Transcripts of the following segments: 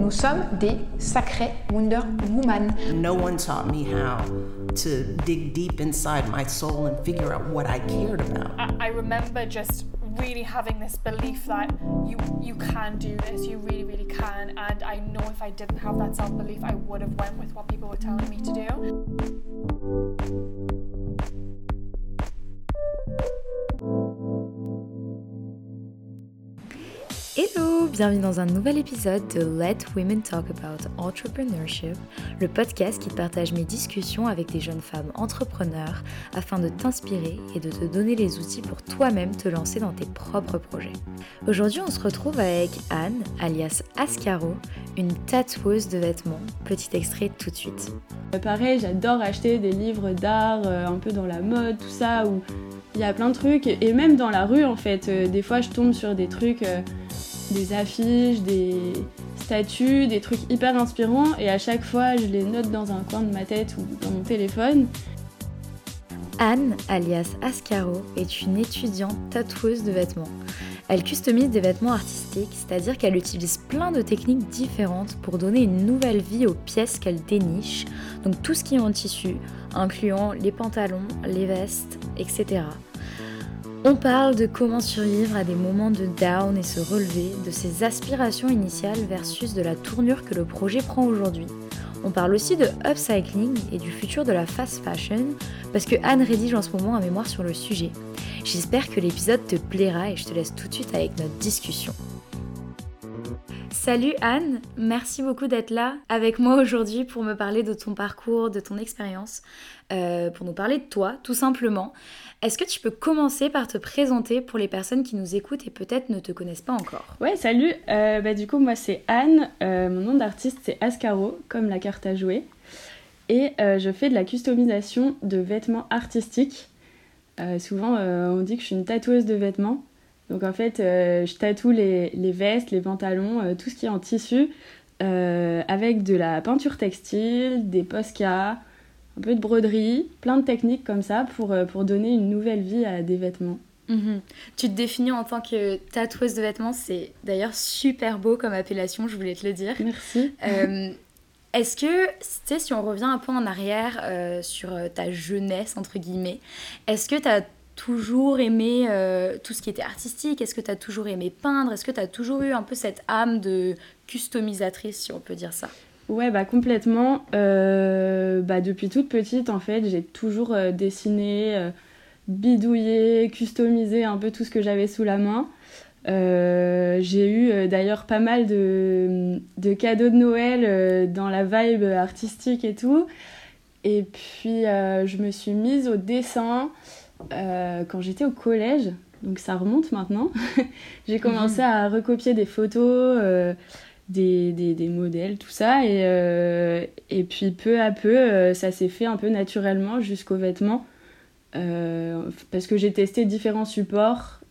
Nous sommes des sacrées Wonder Woman. No one taught me how to dig deep inside my soul and figure out what I cared about. I remember just really having this belief that you can do this, you really, really can. And I know if I didn't have that self-belief, I would have went with what people were telling me to do. Hello, bienvenue dans un nouvel épisode de Let Women Talk About Entrepreneurship, le podcast qui partage mes discussions avec des jeunes femmes entrepreneurs afin de t'inspirer et de te donner les outils pour toi-même te lancer dans tes propres projets. Aujourd'hui, on se retrouve avec Anne, alias Ascaro, une tatoueuse de vêtements. Petit extrait tout de suite. Pareil, j'adore acheter des livres d'art, un peu dans la mode, tout ça, où il y a plein de trucs, et même dans la rue en fait, des fois je tombe sur des trucs, des affiches, des statues, des trucs hyper inspirants, et à chaque fois je les note dans un coin de ma tête ou dans mon téléphone. Anne, alias Ascaro, est une étudiante tatoueuse de vêtements. Elle customise des vêtements artistiques, c'est-à-dire qu'elle utilise plein de techniques différentes pour donner une nouvelle vie aux pièces qu'elle déniche, donc tout ce qui est en tissu, incluant les pantalons, les vestes, etc. On parle de comment survivre à des moments de down et se relever, de ses aspirations initiales versus de la tournure que le projet prend aujourd'hui. On parle aussi de upcycling et du futur de la fast fashion, parce que Anne rédige en ce moment un mémoire sur le sujet. J'espère que l'épisode te plaira et je te laisse tout de suite avec notre discussion. Salut Anne, merci beaucoup d'être là avec moi aujourd'hui pour me parler de ton parcours, de ton expérience, pour nous parler de toi tout simplement. Est-ce que tu peux commencer par te présenter pour les personnes qui nous écoutent et peut-être ne te connaissent pas encore ? Ouais, salut, du coup moi c'est Anne, mon nom d'artiste c'est Ascaro, comme la carte à jouer, et je fais de la customisation de vêtements artistiques. Souvent on dit que je suis une tatoueuse de vêtements. Donc en fait, je tatoue les vestes, les pantalons, tout ce qui est en tissu, avec de la peinture textile, des posca, un peu de broderie, plein de techniques comme ça pour donner une nouvelle vie à des vêtements. Mmh. Tu te définis en tant que tatoueuse de vêtements, c'est d'ailleurs super beau comme appellation, je voulais te le dire. Merci. Est-ce que, tu sais, si on revient un peu en arrière sur ta jeunesse, entre guillemets, est-ce que tu as toujours aimé tout ce qui était artistique ? Est-ce que tu as toujours aimé peindre ? Est-ce que tu as toujours eu un peu cette âme de customisatrice, si on peut dire ça ? Ouais, complètement. Depuis toute petite, en fait, j'ai toujours dessiné, bidouillé, customisé un peu tout ce que j'avais sous la main. J'ai eu d'ailleurs pas mal de cadeaux de Noël dans la vibe artistique et tout. Et puis, je me suis mise au dessin quand j'étais au collège, donc ça remonte maintenant. J'ai commencé à recopier des photos, des modèles, tout ça, et puis peu à peu, ça s'est fait un peu naturellement jusqu'aux vêtements, parce que j'ai testé différents supports,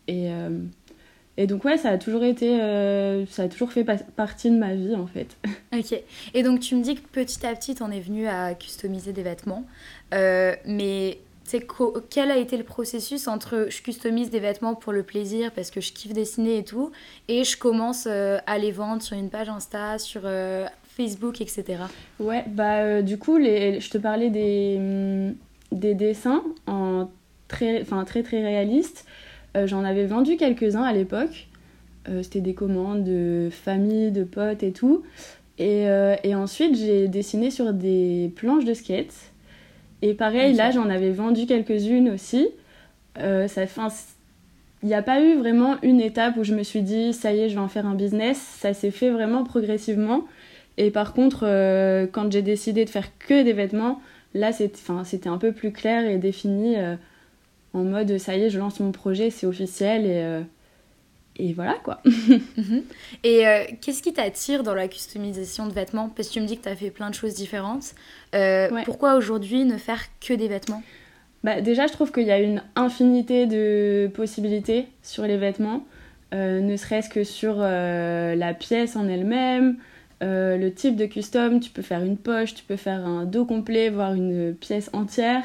et donc ouais, ça a toujours fait partie de ma vie en fait. Ok, et donc tu me dis que petit à petit t'en es venue à customiser des vêtements, mais quel a été le processus entre je customise des vêtements pour le plaisir parce que je kiffe dessiner et tout, et je commence à les vendre sur une page Insta, sur Facebook, etc. Ouais, du coup, je te parlais des dessins en très très réalistes. J'en avais vendu quelques-uns à l'époque. C'était des commandes de famille, de potes et tout. Et ensuite, j'ai dessiné sur des planches de skate. Et pareil, là, j'en avais vendu quelques-unes aussi. Il n'y a pas eu vraiment une étape où je me suis dit, ça y est, je vais en faire un business. Ça s'est fait vraiment progressivement. Et par contre, quand j'ai décidé de faire que des vêtements, là, c'était un peu plus clair et défini, en mode, ça y est, je lance mon projet, c'est officiel, et voilà, quoi. Et qu'est-ce qui t'attire dans la customisation de vêtements ? Parce que tu me dis que tu as fait plein de choses différentes. Ouais. Pourquoi aujourd'hui ne faire que des vêtements ? Déjà, je trouve qu'il y a une infinité de possibilités sur les vêtements, ne serait-ce que sur la pièce en elle-même, le type de custom. Tu peux faire une poche, tu peux faire un dos complet, voire une pièce entière.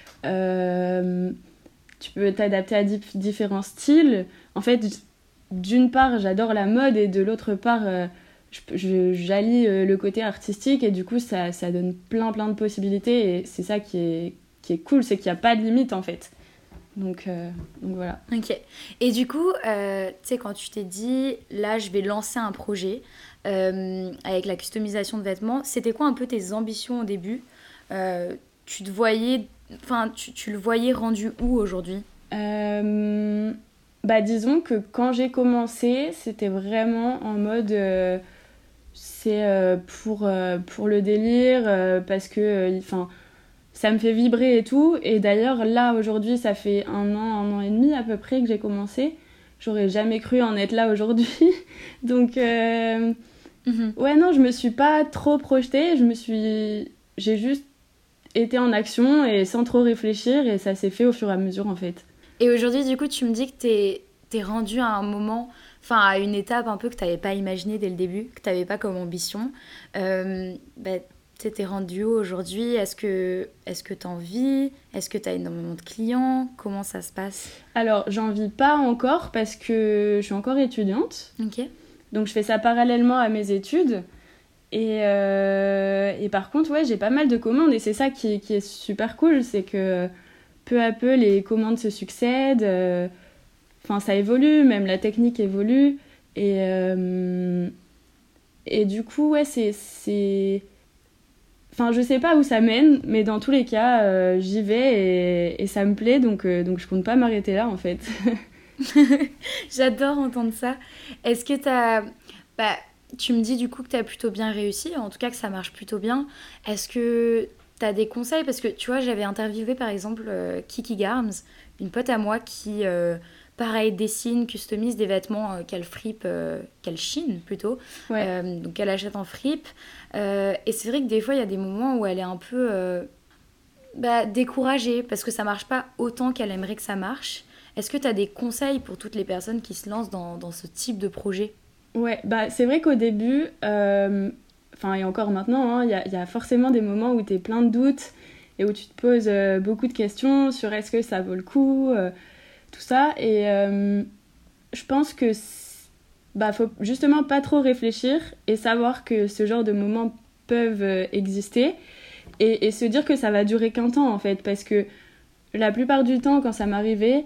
Tu peux t'adapter à différents styles. En fait, d'une part, j'adore la mode, et de l'autre part, j'allie le côté artistique et du coup ça donne plein de possibilités et c'est ça qui est cool, c'est qu'il n'y a pas de limite en fait. Donc voilà. Ok. Et du coup, tu sais, quand tu t'es dit, là, je vais lancer un projet avec la customisation de vêtements, c'était quoi un peu tes ambitions au début ? Tu te voyais, tu le voyais rendu où aujourd'hui ? Disons que quand j'ai commencé, c'était vraiment en mode c'est pour le délire, parce que ça me fait vibrer et tout. Et d'ailleurs, là, aujourd'hui, ça fait 1 an et demi à peu près que j'ai commencé. J'aurais jamais cru en être là aujourd'hui. Donc, ouais, non, je me suis pas trop projetée. J'ai juste été en action et sans trop réfléchir. Et ça s'est fait au fur et à mesure, en fait. Et aujourd'hui, du coup, tu me dis que t'es rendu à un moment, à une étape un peu que t'avais pas imaginé dès le début, que t'avais pas comme ambition. T'es rendu où aujourd'hui ? Est-ce que t'en vis ? Est-ce que t'as énormément de clients ? Comment ça se passe ? Alors, j'en vis pas encore parce que je suis encore étudiante. Ok. Donc, je fais ça parallèlement à mes études. Et par contre, ouais, j'ai pas mal de commandes. Et c'est ça qui est super cool. C'est que peu à peu, les commandes se succèdent. Ça évolue, même la technique évolue. Et du coup, ouais, c'est... je sais pas où ça mène, mais dans tous les cas, j'y vais et ça me plaît, donc je compte pas m'arrêter là, en fait. J'adore entendre ça. Est-ce que tu me dis du coup que t'as plutôt bien réussi, en tout cas que ça marche plutôt bien. Est-ce que t'as des conseils ? Parce que, tu vois, j'avais interviewé, par exemple, Kiki Garms, une pote à moi qui... pareil, dessine, customise des vêtements qu'elle fripe, qu'elle chine plutôt. Ouais. Donc elle achète en fripe. Et c'est vrai que des fois, il y a des moments où elle est un peu découragée parce que ça marche pas autant qu'elle aimerait que ça marche. Est-ce que tu as des conseils pour toutes les personnes qui se lancent dans ce type de projet ? Ouais, c'est vrai qu'au début, et encore maintenant, il y a forcément des moments où tu es plein de doutes et où tu te poses beaucoup de questions sur est-ce que ça vaut le coup, tout ça. Et je pense que faut justement pas trop réfléchir et savoir que ce genre de moments peuvent exister et se dire que ça va durer qu'un temps en fait, parce que la plupart du temps quand ça m'arrivait,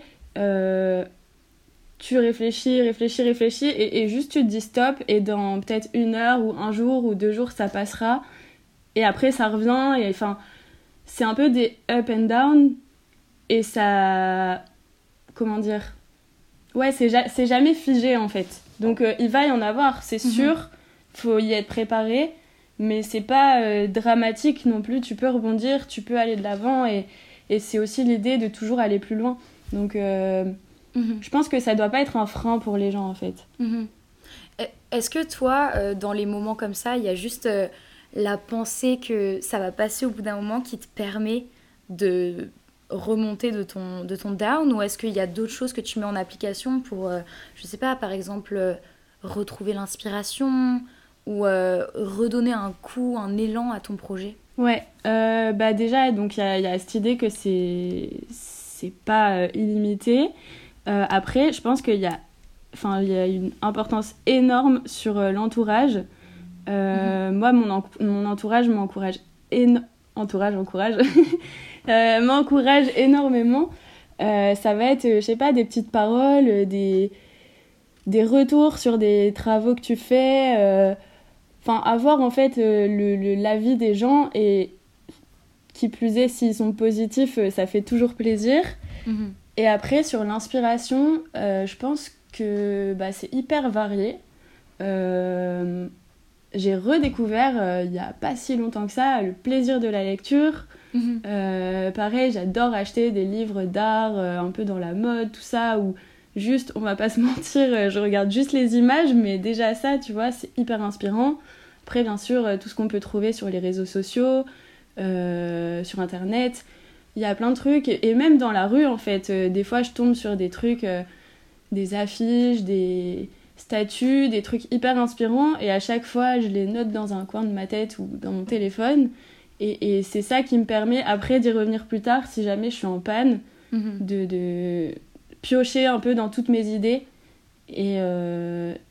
tu réfléchis et juste tu te dis stop et dans peut-être 1 heure ou 1 jour ou 2 jours ça passera et après ça revient et c'est un peu des up and down et ça... Comment dire ? Ouais, c'est jamais figé en fait. Donc il va y en avoir, c'est sûr. Faut y être préparé. Mais c'est pas dramatique non plus. Tu peux rebondir, tu peux aller de l'avant. Et c'est aussi l'idée de toujours aller plus loin. Donc je pense que ça doit pas être un frein pour les gens en fait. Est-ce que toi, dans les moments comme ça, il y a juste la pensée que ça va passer au bout d'un moment qui te permet de... remonter de ton down, ou est-ce qu'il y a d'autres choses que tu mets en application pour, je sais pas, par exemple, retrouver l'inspiration ou redonner un coup, un élan à ton projet ? Ouais, déjà, donc il y a cette idée que c'est pas illimité. Après, je pense qu'il y a une importance énorme sur l'entourage. Moi, mon entourage m'encourage m'encourage énormément. Ça va être, je sais pas, des petites paroles, des retours sur des travaux que tu fais. Avoir en fait l'avis des gens et qui plus est, s'ils sont positifs, ça fait toujours plaisir. Et après, sur l'inspiration, je pense que c'est hyper varié. J'ai redécouvert, il n'y a pas si longtemps que ça, le plaisir de la lecture. Pareil, j'adore acheter des livres d'art un peu dans la mode, tout ça, où juste, on va pas se mentir, je regarde juste les images, mais déjà ça, tu vois, c'est hyper inspirant. Après, bien sûr, tout ce qu'on peut trouver sur les réseaux sociaux, sur Internet, il y a plein de trucs. Et même dans la rue, en fait, des fois, je tombe sur des trucs, des affiches, des statuts, des trucs hyper inspirants. Et à chaque fois, je les note dans un coin de ma tête ou dans mon téléphone. Et c'est ça qui me permet, après, d'y revenir plus tard, si jamais je suis en panne, de piocher un peu dans toutes mes idées. Et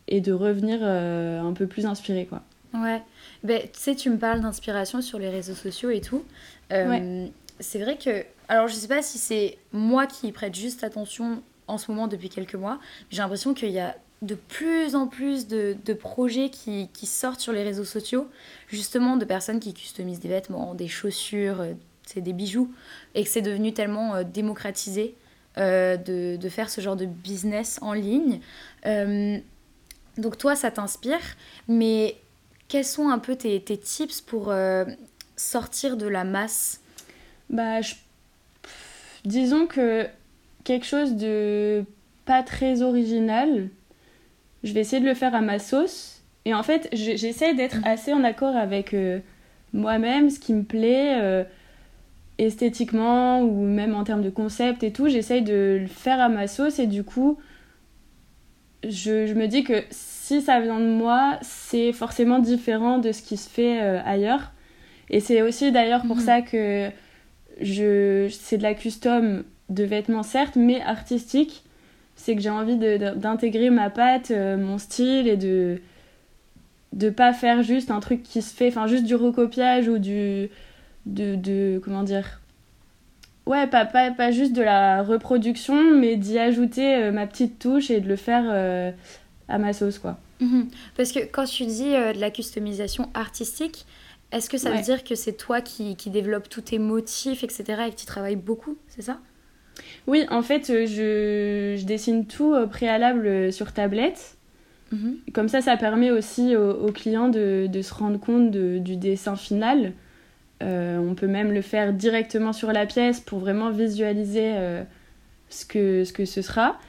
et de revenir un peu plus inspirée, quoi. Ouais, ben, tu sais, tu me parles d'inspiration sur les réseaux sociaux et tout. Ouais. C'est vrai que... Alors, je sais pas si c'est moi qui y prête juste attention en ce moment depuis quelques mois. J'ai l'impression qu'il y a de plus en plus de projets qui sortent sur les réseaux sociaux, justement de personnes qui customisent des vêtements, des chaussures, c'est des bijoux, et que c'est devenu tellement démocratisé de faire ce genre de business en ligne. Donc toi, ça t'inspire, mais quels sont un peu tes tips pour sortir de la masse ? Bah, disons que quelque chose de pas très original, je vais essayer de le faire à ma sauce. Et en fait, j'essaie d'être assez en accord avec moi-même, ce qui me plaît esthétiquement ou même en termes de concept et tout. J'essaie de le faire à ma sauce et du coup, je me dis que si ça vient de moi, c'est forcément différent de ce qui se fait ailleurs. Et c'est aussi d'ailleurs pour ça que c'est de la custom de vêtements certes, mais artistique. C'est que j'ai envie d'intégrer ma patte, mon style et de pas faire juste un truc qui se fait, enfin juste du recopiage ou comment dire, ouais, pas juste de la reproduction, mais d'y ajouter ma petite touche et de le faire à ma sauce, quoi. Parce que quand tu dis de la customisation artistique, est-ce que ça veut dire que c'est toi qui développes tous tes motifs, etc., et que tu travailles beaucoup, c'est ça ? Oui, en fait, je dessine tout au préalable sur tablette. Comme ça permet aussi aux clients de se rendre compte du dessin final. On peut même le faire directement sur la pièce pour vraiment visualiser ce que ce sera.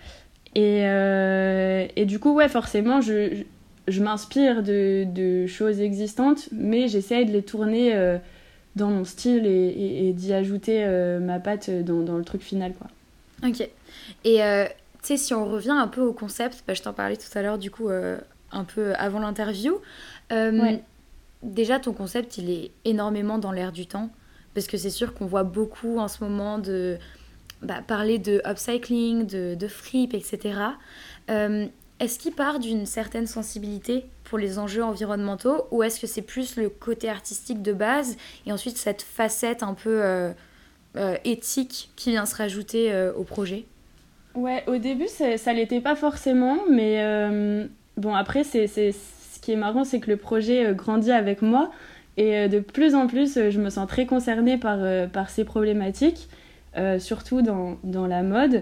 Et du coup, ouais, forcément, je m'inspire de choses existantes, mais j'essaie de les tourner dans mon style et d'y ajouter ma patte dans le truc final, quoi. Ok. Et tu sais, si on revient un peu au concept, je t'en parlais tout à l'heure, du coup, un peu avant l'interview. Déjà, ton concept, il est énormément dans l'air du temps, parce que c'est sûr qu'on voit beaucoup en ce moment parler de upcycling, de fripe, etc. Est-ce qu'il part d'une certaine sensibilité pour les enjeux environnementaux, ou est-ce que c'est plus le côté artistique de base, et ensuite cette facette un peu éthique qui vient se rajouter au projet ? Ouais, au début, ça l'était pas forcément, mais bon, après, ce qui est marrant, c'est que le projet grandit avec moi, et de plus en plus, je me sens très concernée par ces problématiques, surtout dans la mode.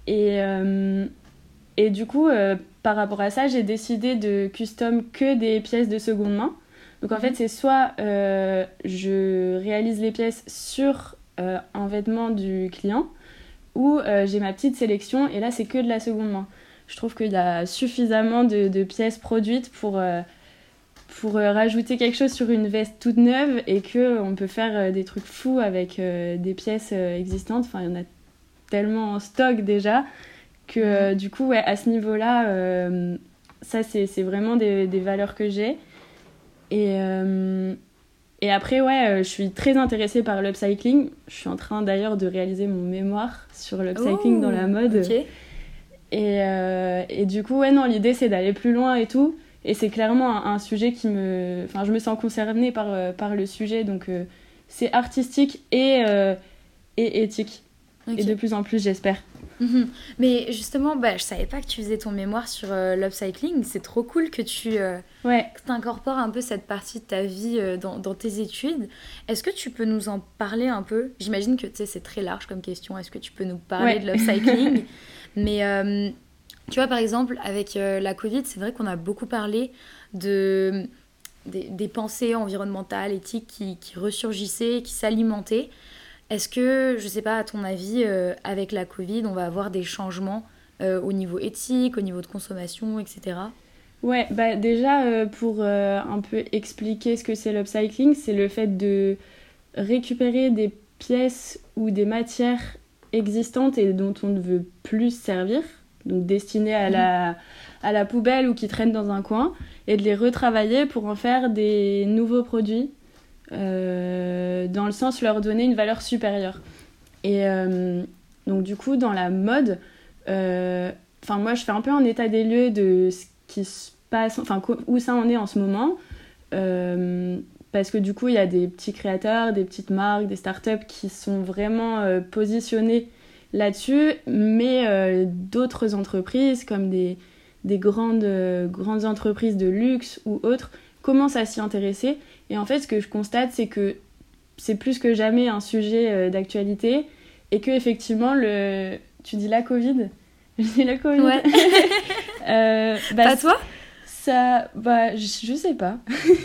Et du coup, par rapport à ça, j'ai décidé de custom que des pièces de seconde main. Donc en fait, c'est soit je réalise les pièces sur un vêtement du client, ou j'ai ma petite sélection, et là, c'est que de la seconde main. Je trouve qu'il y a suffisamment de pièces produites pour rajouter quelque chose sur une veste toute neuve, et qu'on peut faire des trucs fous avec des pièces existantes. Enfin, il y en a tellement en stock déjà que du coup, ouais, à ce niveau-là, ça, c'est vraiment des valeurs que j'ai. Et après, ouais, je suis très intéressée par l'upcycling. Je suis en train d'ailleurs de réaliser mon mémoire sur l'upcycling dans la mode. Okay. Et du coup, ouais, non, l'idée, c'est d'aller plus loin et tout. Et c'est clairement un sujet qui me... Enfin, je me sens concernée par le sujet. Donc, c'est artistique et éthique. Okay. Et de plus en plus, j'espère. Mais justement, je savais pas que tu faisais ton mémoire sur l'upcycling. C'est trop cool que tu incorpores un peu cette partie de ta vie dans tes études. Est-ce que tu peux nous en parler un peu ? J'imagine que c'est très large comme question. Est-ce que tu peux nous parler de l'upcycling ? Mais tu vois, par exemple, avec la Covid, c'est vrai qu'on a beaucoup parlé des pensées environnementales, éthiques qui ressurgissaient, qui s'alimentaient. Est-ce que, je sais pas, à ton avis, avec la Covid, on va avoir des changements au niveau éthique, au niveau de consommation, etc. Ouais, déjà, pour un peu expliquer ce que c'est l'upcycling, c'est le fait de récupérer des pièces ou des matières existantes et dont on ne veut plus servir, donc destinées à la poubelle ou qui traînent dans un coin, et de les retravailler pour en faire des nouveaux produits. Dans le sens leur donner une valeur supérieure. Et donc du coup dans la mode, moi je fais un peu un état des lieux de ce qui se passe, enfin où ça en est en ce moment. Parce que du coup, il y a des petits créateurs, des petites marques, des startups qui sont vraiment positionnés là-dessus, mais d'autres entreprises comme des grandes entreprises de luxe ou autres commencent à s'y intéresser. Et en fait, ce que je constate, c'est que c'est plus que jamais un sujet d'actualité et que effectivement, tu dis la Covid. Je dis la Covid. Ouais. Pas toi ? Ça, je sais pas.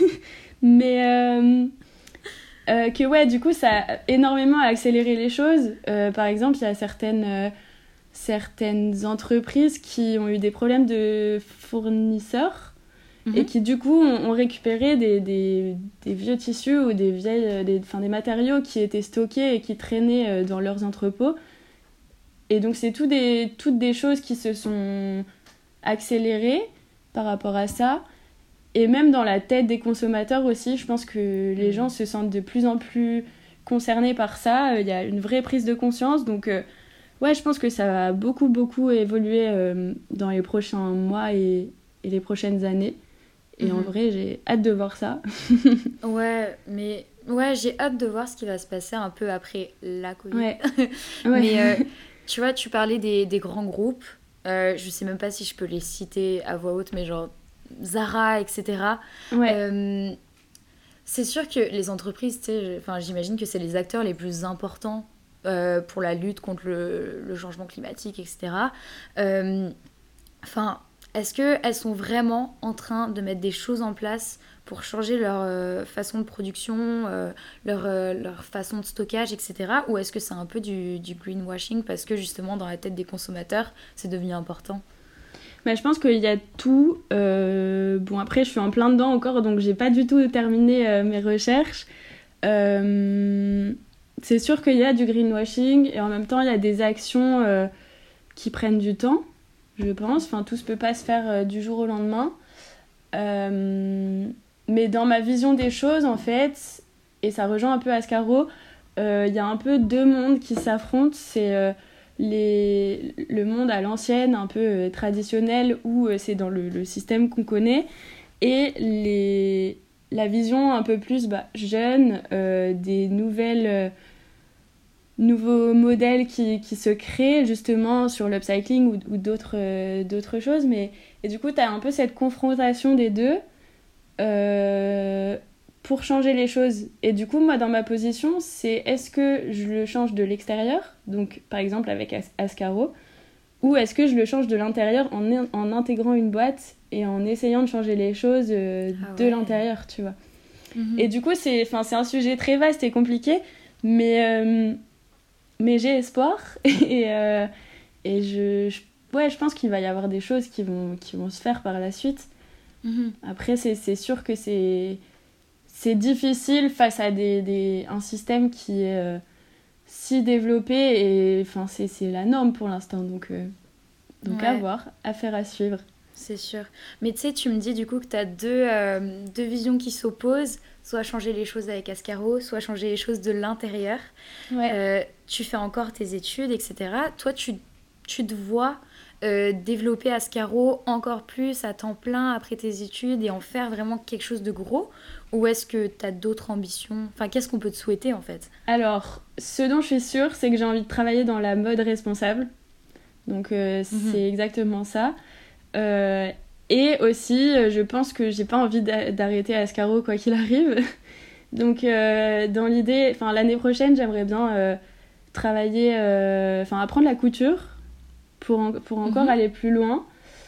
Mais que ouais, du coup, ça a énormément accéléré les choses. Par exemple, il y a certaines entreprises qui ont eu des problèmes de fournisseurs et qui, du coup, ont récupéré des vieux tissus ou des matériaux qui étaient stockés et qui traînaient dans leurs entrepôts. Et donc, c'est toutes des choses qui se sont accélérées par rapport à ça. Et même dans la tête des consommateurs aussi, je pense que les gens se sentent de plus en plus concernés par ça. Il y a une vraie prise de conscience. Donc, ouais, je pense que ça va beaucoup, beaucoup évoluer dans les prochains mois et les prochaines années. Et en vrai, j'ai hâte de voir ça. Ouais, mais ouais, j'ai hâte de voir ce qui va se passer un peu après la Covid. Ouais. Mais tu vois, tu parlais des grands groupes. Je sais même pas si je peux les citer à voix haute, mais genre Zara, etc. Ouais. C'est sûr que les entreprises, j'imagine que c'est les acteurs les plus importants pour la lutte contre le changement climatique, etc. Est-ce qu'elles sont vraiment en train de mettre des choses en place pour changer leur façon de production, leur façon de stockage, etc. Ou est-ce que c'est un peu du greenwashing parce que justement dans la tête des consommateurs, c'est devenu important ? Je pense qu'il y a tout. Bon, après, je suis en plein dedans encore, donc j'ai pas du tout terminé mes recherches. C'est sûr qu'il y a du greenwashing et en même temps, il y a des actions qui prennent du temps, je pense. Enfin, tout ne peut pas se faire du jour au lendemain. Mais dans ma vision des choses, en fait, et ça rejoint un peu Ascaro, il y a un peu deux mondes qui s'affrontent. C'est le monde à l'ancienne, un peu traditionnel, où c'est dans le système qu'on connaît, et la vision un peu plus jeune, des nouveaux modèles qui se créent justement sur l'upcycling ou d'autres choses. Et du coup, tu as un peu cette confrontation des deux pour changer les choses. Et du coup, moi, dans ma position, c'est est-ce que je le change de l'extérieur, donc par exemple avec Ascaro, ou est-ce que je le change de l'intérieur en intégrant une boîte et en essayant de changer les choses de l'intérieur, tu vois. Et du coup, c'est un sujet très vaste et compliqué, mais j'ai espoir et je pense qu'il va y avoir des choses qui vont se faire par la suite. Après, c'est sûr que c'est difficile face à un système qui est si développé et c'est la norme pour l'instant. Donc à voir, affaire à suivre. C'est sûr. Mais tu sais, tu me dis du coup que tu as deux visions qui s'opposent, soit changer les choses avec Ascaro, soit changer les choses de l'intérieur. Ouais. Tu fais encore tes études, etc. Toi, tu te vois développer Ascaro encore plus à temps plein après tes études et en faire vraiment quelque chose de gros, ou est-ce que tu as d'autres ambitions ? Enfin, qu'est-ce qu'on peut te souhaiter en fait ? Alors, ce dont je suis sûre, c'est que j'ai envie de travailler dans la mode responsable. Donc, c'est exactement ça. Et aussi, je pense que j'ai pas envie d'arrêter Ascaro quoi qu'il arrive. Donc, dans l'idée, l'année prochaine, j'aimerais bien travailler, apprendre la couture pour encore aller plus loin.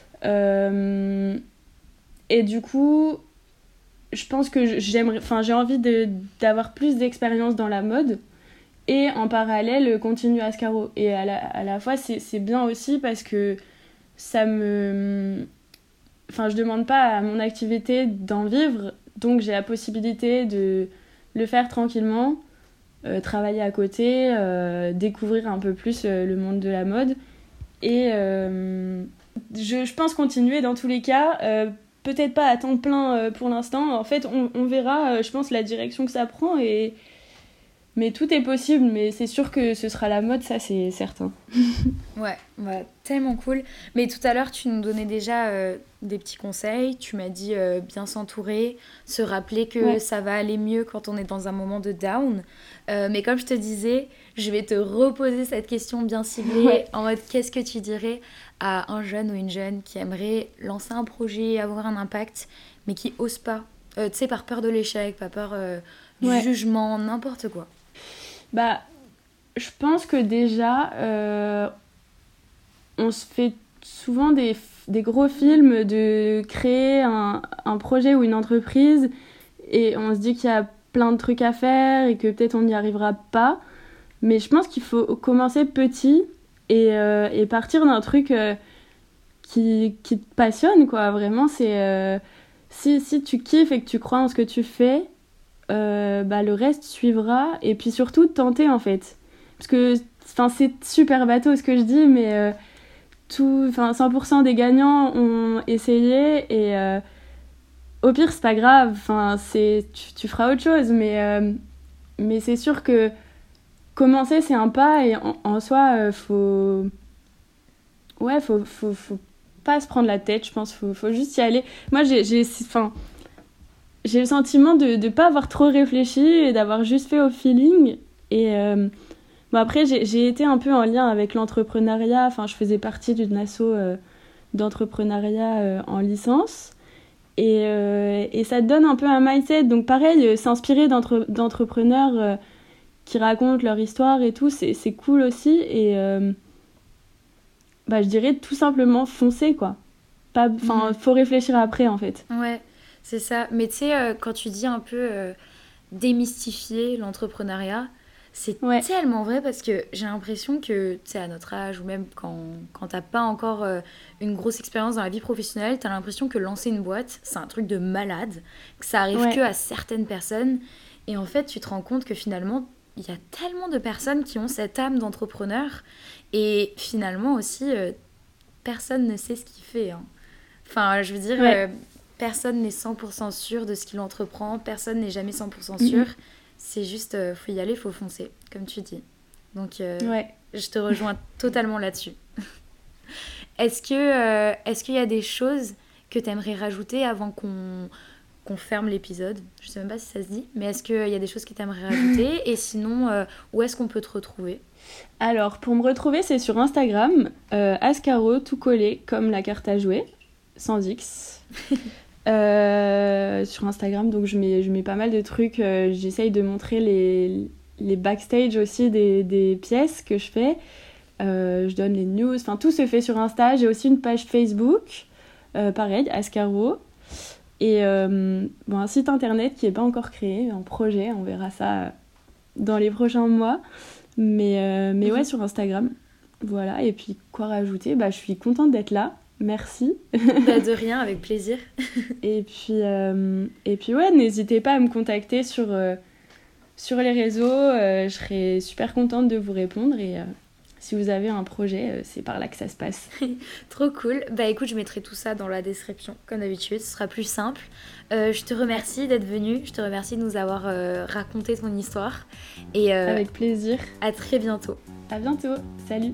Et du coup, je pense que j'ai envie d'avoir plus d'expérience dans la mode et en parallèle continuer Ascaro. Et à la fois, c'est bien aussi parce que ça me... je demande pas à mon activité d'en vivre, donc j'ai la possibilité de le faire tranquillement, travailler à côté, découvrir un peu plus le monde de la mode. Et je pense continuer dans tous les cas, peut-être pas à temps plein pour l'instant. En fait, on verra, je pense, la direction que ça prend. Et Mais tout est possible, mais c'est sûr que ce sera la mode, ça c'est certain. Ouais, tellement cool. Mais tout à l'heure, tu nous donnais déjà des petits conseils. Tu m'as dit bien s'entourer, se rappeler que ça va aller mieux quand on est dans un moment de down. Mais comme je te disais, je vais te reposer cette question bien ciblée en mode qu'est-ce que tu dirais à un jeune ou une jeune qui aimerait lancer un projet, avoir un impact, mais qui n'ose pas. Tu sais, par peur de l'échec, par peur du jugement, n'importe quoi. Bah, je pense que déjà, on se fait souvent des gros films de créer un projet ou une entreprise et on se dit qu'il y a plein de trucs à faire et que peut-être on n'y arrivera pas. Mais je pense qu'il faut commencer petit et partir d'un truc qui te passionne, quoi. Vraiment, c'est... si tu kiffes et que tu crois en ce que tu fais, le reste suivra. Et puis surtout, tenter, en fait. Parce que c'est super bateau ce que je dis, mais 100% des gagnants ont essayé et au pire, c'est pas grave. Tu feras autre chose, mais c'est sûr que commencer, c'est un pas et en soi, faut pas se prendre la tête, je pense. Faut juste y aller. Moi, j'ai le sentiment de pas avoir trop réfléchi et d'avoir juste fait au feeling. Et après, j'ai été un peu en lien avec l'entrepreneuriat. Enfin, je faisais partie d'une asso d'entrepreneuriat en licence. Et ça te donne un peu un mindset. Donc pareil, s'inspirer d'entrepreneurs qui racontent leur histoire et tout, c'est cool aussi. Et je dirais tout simplement foncer, quoi. Faut réfléchir après, en fait. Ouais, c'est ça. Mais tu sais, quand tu dis un peu démystifier l'entrepreneuriat, c'est tellement vrai parce que j'ai l'impression que, tu sais, à notre âge ou même quand t'as pas encore une grosse expérience dans la vie professionnelle, t'as l'impression que lancer une boîte, c'est un truc de malade, que ça arrive que à certaines personnes. Et en fait, tu te rends compte que finalement, il y a tellement de personnes qui ont cette âme d'entrepreneur et finalement aussi, personne ne sait ce qu'il fait. Hein. Enfin, je veux dire, personne n'est 100% sûr de ce qu'il entreprend, personne n'est jamais 100% sûr. C'est juste, faut y aller, faut foncer, comme tu dis. Donc, je te rejoins totalement là-dessus. Est-ce qu'il y a des choses que tu aimerais rajouter avant qu'on ferme l'épisode? Je sais même pas si ça se dit, mais est-ce qu'il y a des choses que tu aimerais rajouter? Et sinon, où est-ce qu'on peut te retrouver? Alors, pour me retrouver, c'est sur Instagram, Ascaro, tout collé, comme la carte à jouer, sans X. Sur Instagram, donc je mets pas mal de trucs. J'essaye de montrer les backstage aussi des pièces que je fais. Je donne les news, tout se fait sur Insta. J'ai aussi une page Facebook, pareil, Ascaro. Et un site internet qui n'est pas encore créé, en projet, on verra ça dans les prochains mois. Mais ouais, sur Instagram. Voilà, et puis quoi rajouter? Je suis contente d'être là. Merci. De rien, avec plaisir. Et puis n'hésitez pas à me contacter sur les réseaux. Je serai super contente de vous répondre. Et si vous avez un projet, c'est par là que ça se passe. Trop cool. Écoute, je mettrai tout ça dans la description, comme d'habitude. Ce sera plus simple. Je te remercie d'être venue. Je te remercie de nous avoir raconté ton histoire. Et, avec plaisir. À très bientôt. À bientôt. Salut.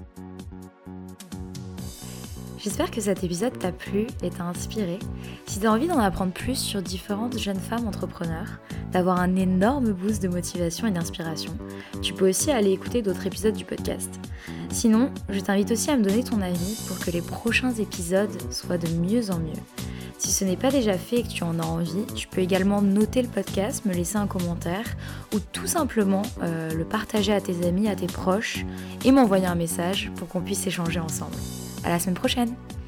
J'espère que cet épisode t'a plu et t'a inspiré. Si t'as envie d'en apprendre plus sur différentes jeunes femmes entrepreneurs, d'avoir un énorme boost de motivation et d'inspiration, tu peux aussi aller écouter d'autres épisodes du podcast. Sinon, je t'invite aussi à me donner ton avis pour que les prochains épisodes soient de mieux en mieux. Si ce n'est pas déjà fait et que tu en as envie, tu peux également noter le podcast, me laisser un commentaire ou tout simplement le partager à tes amis, à tes proches et m'envoyer un message pour qu'on puisse échanger ensemble. À la semaine prochaine!